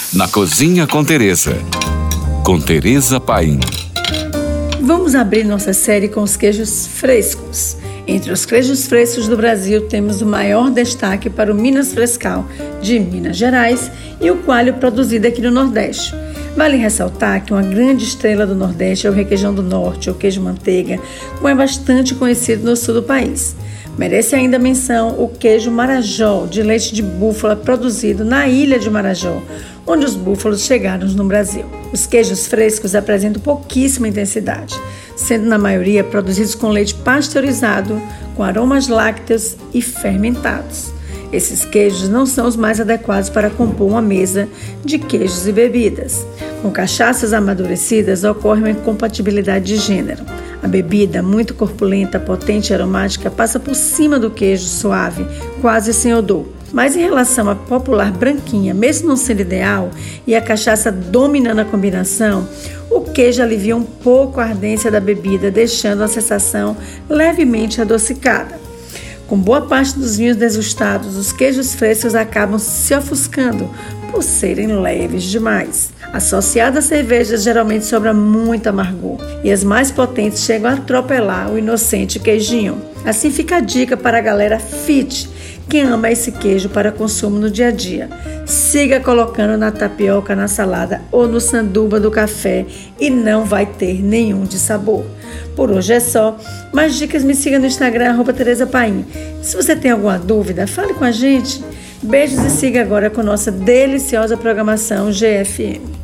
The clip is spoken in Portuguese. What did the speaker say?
Na Cozinha com Tereza. Com Tereza Paim. Vamos abrir nossa série com os queijos frescos. Entre os queijos frescos do Brasil, temos o maior destaque para o Minas Frescal, de Minas Gerais, e o coalho produzido aqui no Nordeste. Vale ressaltar que uma grande estrela do Nordeste é o requeijão do Norte, ou queijo manteiga, como é bastante conhecido no sul do país. Merece ainda menção o queijo Marajó, de leite de búfala, produzido na ilha de Marajó, onde os búfalos chegaram no Brasil. Os queijos frescos apresentam pouquíssima intensidade, sendo na maioria produzidos com leite pasteurizado, com aromas lácteos e fermentados. Esses queijos não são os mais adequados para compor uma mesa de queijos e bebidas. Com cachaças amadurecidas ocorre uma incompatibilidade de gênero. A bebida, muito corpulenta, potente e aromática, passa por cima do queijo suave, quase sem odor. Mas em relação à popular branquinha, mesmo não sendo ideal, e a cachaça dominando a combinação, o queijo alivia um pouco a ardência da bebida, deixando a sensação levemente adocicada. Com boa parte dos vinhos degustados, os queijos frescos acabam se ofuscando por serem leves demais. Associado à cerveja, geralmente sobra muito amargor, e as mais potentes chegam a atropelar o inocente queijinho. Assim fica a dica para a galera fit, que ama esse queijo para consumo no dia a dia. Siga colocando na tapioca, na salada ou no sanduba do café e não vai ter nenhum dissabor. Por hoje é só. Mais dicas, me siga no Instagram, @Tereza Paim. Se você tem alguma dúvida, fale com a gente. Beijos e siga agora com nossa deliciosa programação GFM.